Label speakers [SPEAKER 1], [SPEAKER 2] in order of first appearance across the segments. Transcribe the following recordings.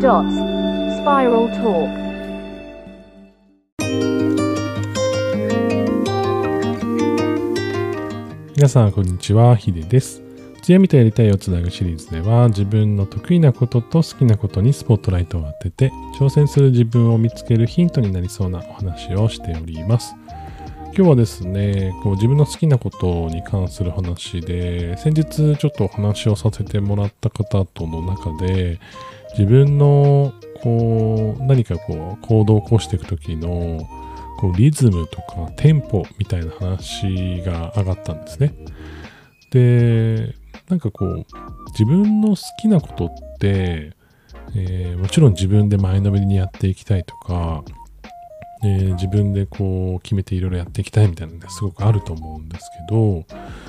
[SPEAKER 1] Spiral Talk.
[SPEAKER 2] 皆さんこんにちは、ヒデです。強みとやりたいをつなぐシリーズでは、自分の得意なことと好きなことにスポットライトを当てて挑戦する自分を見つけるヒントになりそうなお話をしております。今日はですね、自分の好きなことに関する話で、先日ちょっとお話をさせてもらった方との中で、自分の何か行動を起こしていく時のリズムとかテンポみたいな話が上がったんですね。で、自分の好きなことって、もちろん自分で前のめりにやっていきたいとか、自分で決めていろいろやっていきたいみたいなのがすごくあると思うんですけど、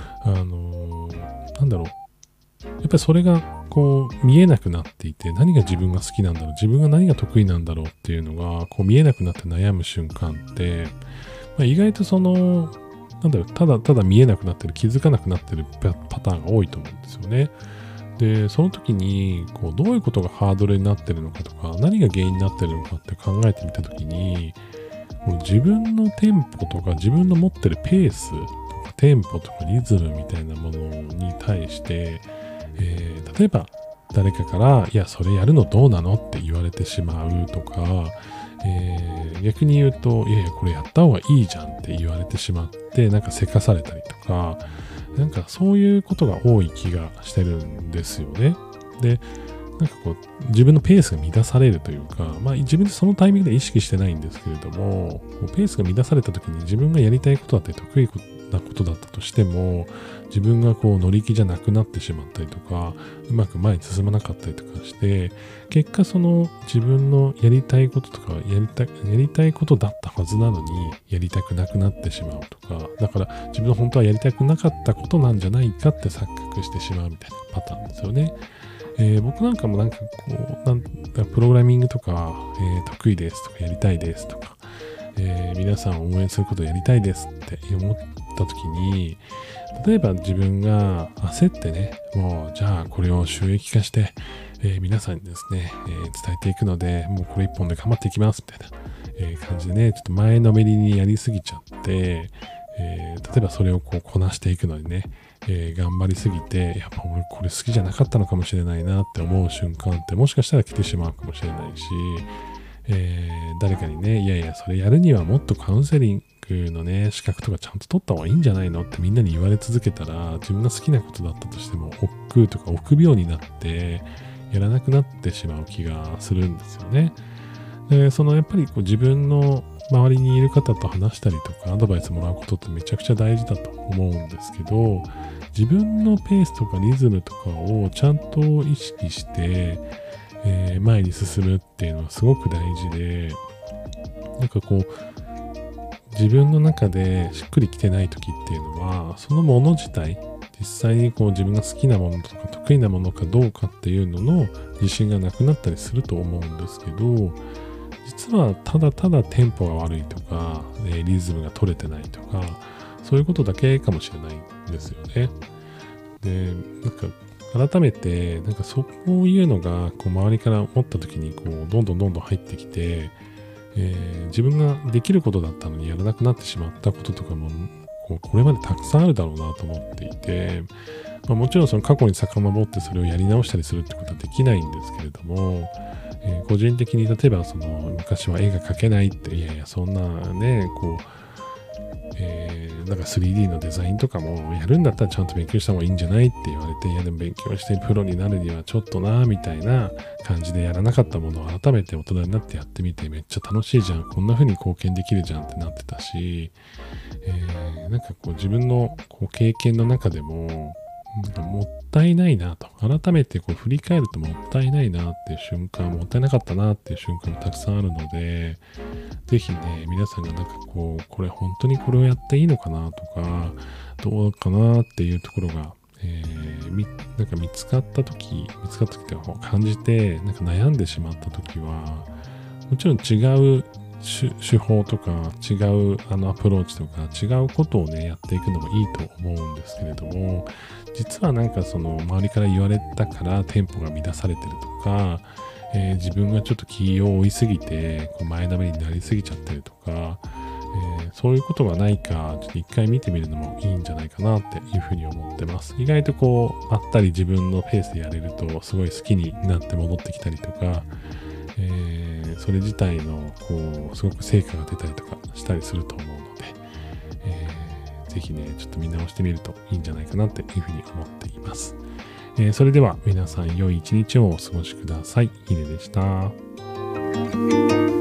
[SPEAKER 2] やっぱりそれが見えなくなっていて、何が自分が好きなんだろう、自分が何が得意なんだろうっていうのが見えなくなって悩む瞬間って、意外とただただ見えなくなってる、気づかなくなってるパターンが多いと思うんですよね。で、その時にどういうことがハードルになってるのかとか、何が原因になってるのかって考えてみた時に、自分のテンポとか自分の持ってるペースとかテンポとかリズムみたいなものに対して、例えば誰かからいやそれやるのどうなのって言われてしまうとか、逆に言うといやいやこれやった方がいいじゃんって言われてしまってせかされたりとか、そういうことが多い気がしてるんですよね。で、自分のペースが乱されるというか、自分でそのタイミングで意識してないんですけれども、ペースが乱された時に自分がやりたいことだったり得意なことだったとしても、自分が乗り気じゃなくなってしまったりとか、うまく前に進まなかったりとかして、結果自分のやりたいこととかやりたいことだったはずなのにやりたくなくなってしまうとか、だから自分の本当はやりたくなかったことなんじゃないかって錯覚してしまうみたいなパターンですよね。僕なんかもプログラミングとか、得意ですとかやりたいですとか、皆さんを応援することをやりたいですって思った時に、例えば自分が焦ってね、もうじゃあこれを収益化して、皆さんにですね、伝えていくので、もうこれ一本で頑張っていきますみたいな、感じでね、ちょっと前のめりにやりすぎちゃって、例えばそれをこなしていくのにね、頑張りすぎて、やっぱ俺これ好きじゃなかったのかもしれないなって思う瞬間ってもしかしたら来てしまうかもしれないし、誰かにね、いやいやそれやるにはもっとカウンセリングのね資格とかちゃんと取った方がいいんじゃないのってみんなに言われ続けたら、自分が好きなことだったとしても億劫とか臆病になってやらなくなってしまう気がするんですよね。で、やっぱり自分の周りにいる方と話したりとかアドバイスもらうことってめちゃくちゃ大事だと思うんですけど、自分のペースとかリズムとかをちゃんと意識して、前に進むっていうのはすごく大事で、自分の中でしっくりきてない時っていうのは、そのもの自体、実際に自分が好きなものとか得意なものかどうかっていうのの自信がなくなったりすると思うんですけど、実はただただテンポが悪いとか、リズムが取れてないとか、そういうことだけかもしれないんですよね。で、改めてそういうのが周りから思った時にどんどん入ってきて、自分ができることだったのにやらなくなってしまったこととかもこれまでたくさんあるだろうなと思っていて、もちろんその過去に遡ってそれをやり直したりするってことはできないんですけれども、個人的に例えば昔は絵が描けないって、いやいやそんなね3D のデザインとかもやるんだったらちゃんと勉強した方がいいんじゃないって言われて、いやでも勉強してプロになるにはちょっとなみたいな感じでやらなかったものを改めて大人になってやってみて、めっちゃ楽しいじゃん、こんな風に貢献できるじゃんってなってたし、自分の経験の中でももったいないなと、改めて振り返るともったいないなっていう瞬間、もったいなかったなっていう瞬間もたくさんあるので、ぜひね、皆さんがこれ本当にこれをやっていいのかなとか、どうかなっていうところが、見つかった時って感じて悩んでしまった時は、もちろん違う手法とか違うアプローチとか違うことをねやっていくのもいいと思うんですけれども、実は周りから言われたからテンポが乱されてるとか、 自分がちょっと気を追いすぎて、前のめりになりすぎちゃってるとか、そういうことがないか、ちょっと一回見てみるのもいいんじゃないかなっていうふうに思ってます。意外とまったり自分のペースでやれると、すごい好きになって戻ってきたりとか、それ自体の、すごく成果が出たりとかしたりすると思うので、ぜひね、ちょっと見直してみるといいんじゃないかなっていうふうに思っています。それでは皆さん良い一日をお過ごしください。ヒデでした。